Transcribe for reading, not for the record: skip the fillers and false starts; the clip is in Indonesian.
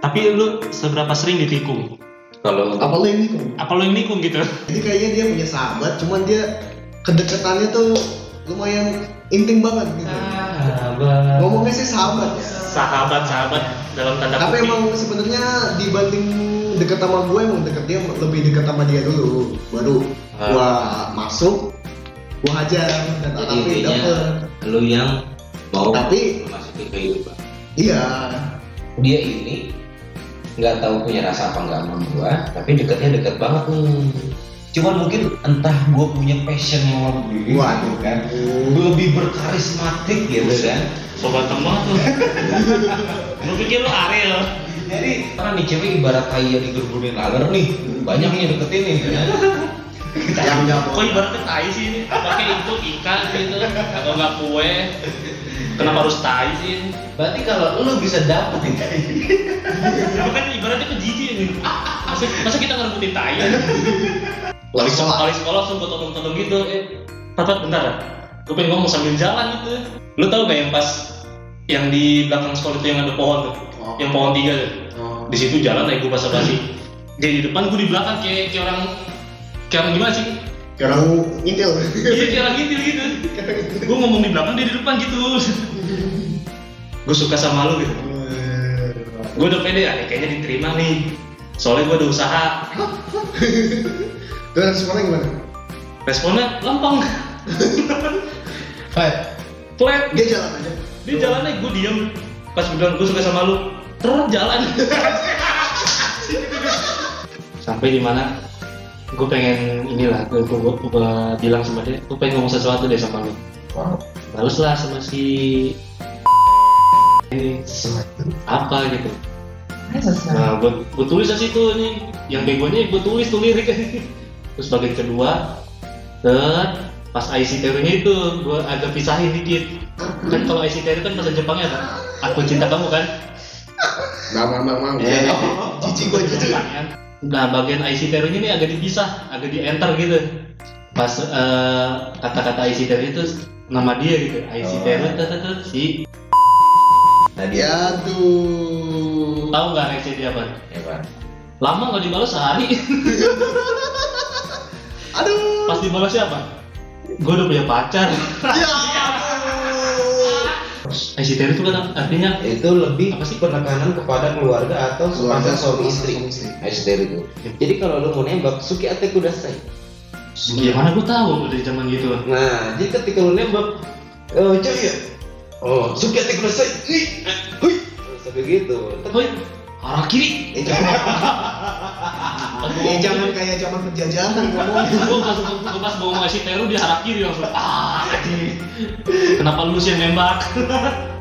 Tapi lu seberapa sering ditikung? Kalau Apa lo yang nikung? Apa lu yang nikung gitu? Jadi kayaknya dia punya sahabat, cuman dia kedekatannya tuh lumayan intim banget gitu. sahabat. Ngomongnya sih sahabat ya. Sahabat dalam tanda Tapi kutip. emang sebenarnya dibanding deket sama gue, emang dia lebih dekat sama dia dulu, baru gua masuk, gua hajar, dan Jadi tapi intinya dapet. lu yang mau Tapi- masuk ke kehidupan. Iya. Dia ini nggak tahu punya rasa apa nggak sama gua, tapi dekatnya dekat banget nih. Cuman mungkin entah gua punya passion yang lebih, Waduh. gitu kan, lebih berkarismatik gitu kan. Sobat banget lu. Lu pikir lu Ariel? Jadi karena nih cewek ibarat kayak digerburin laler nih, banyak yang deketin nih. Kan? Yang nggak Kok ibaratnya tai sih ini? Pakai itu ikan gitu atau nggak kue? Kenapa harus tai sih? Berarti kalau lu bisa dapet nih kayak Itu kan ibaratnya ke jijik nih. Masa kita ngerebutin tai ya? Wali sekolah. Kali sekolah langsung gue todong-todong gitu. Pat, bentar ya. Gue pengen ngomong sambil jalan gitu. Lu tau gak yang pas yang di belakang sekolah itu yang ada pohon tuh? Oh. Yang pohon 3 tuh. Di situ jalan naik gue basa-basi. Dia di depan, gue di belakang kayak orang gimana sih? Kayak orang ngintil. Iya kayak orang gitu. Gue ngomong di belakang, dia di depan gitu. Gue suka sama lu gitu. Gue udah pede, kayaknya diterima nih. Soalnya gue ada usaha. Terus responnya gimana? Responnya lempeng. Flat. Flat. Dia jalan aja. Dia jalannya gue diem. Pas gue bilang gue suka sama lu, terus jalan. Sampai di mana? Gue pengen inilah, gue bilang sama dia, gue pengen ngomong sesuatu deh sama lu. Bagus lah sama si ini apa gitu. Nah, gue tulis di situ nih, yang begonya gue tulis tuh lirik. Terus bagian kedua, pas IC teorinya itu gue agak pisahin dikit. Kan kalau IC teori kan bahasa Jepangnya kan, aku cinta kamu kan. Mau. Cici gua cici. Nah bagian IC teorinya ini agak dipisah, agak di enter gitu. Pas kata-kata IC teori itu nama dia gitu, IC teori si. Nah dia Ya tuh. Tahu nggak reaksi dia apa? ya Pak. Lama nggak dibalas sehari. Aduh. Pas dibalas siapa? Gue udah punya pacar. Ya. IC teori itu kan artinya Itu lebih Apa sih? penekanan kepada keluarga atau Keluarga sepasang suami istri. Aister itu. Jadi kalau lu mau nembak, suki ate kudasai. gimana gue tahu dari zaman gitu. Nah, jadi ketika lu nembak, cewek ya, suki ate kudasai, nih, hui, sampai gitu. Woi, arah kiri. Jangan kayak zaman penjajahan ngomong. Gue pas ngomong IC teori dia arah kiri langsung. Kenapa lu sih yang nembak?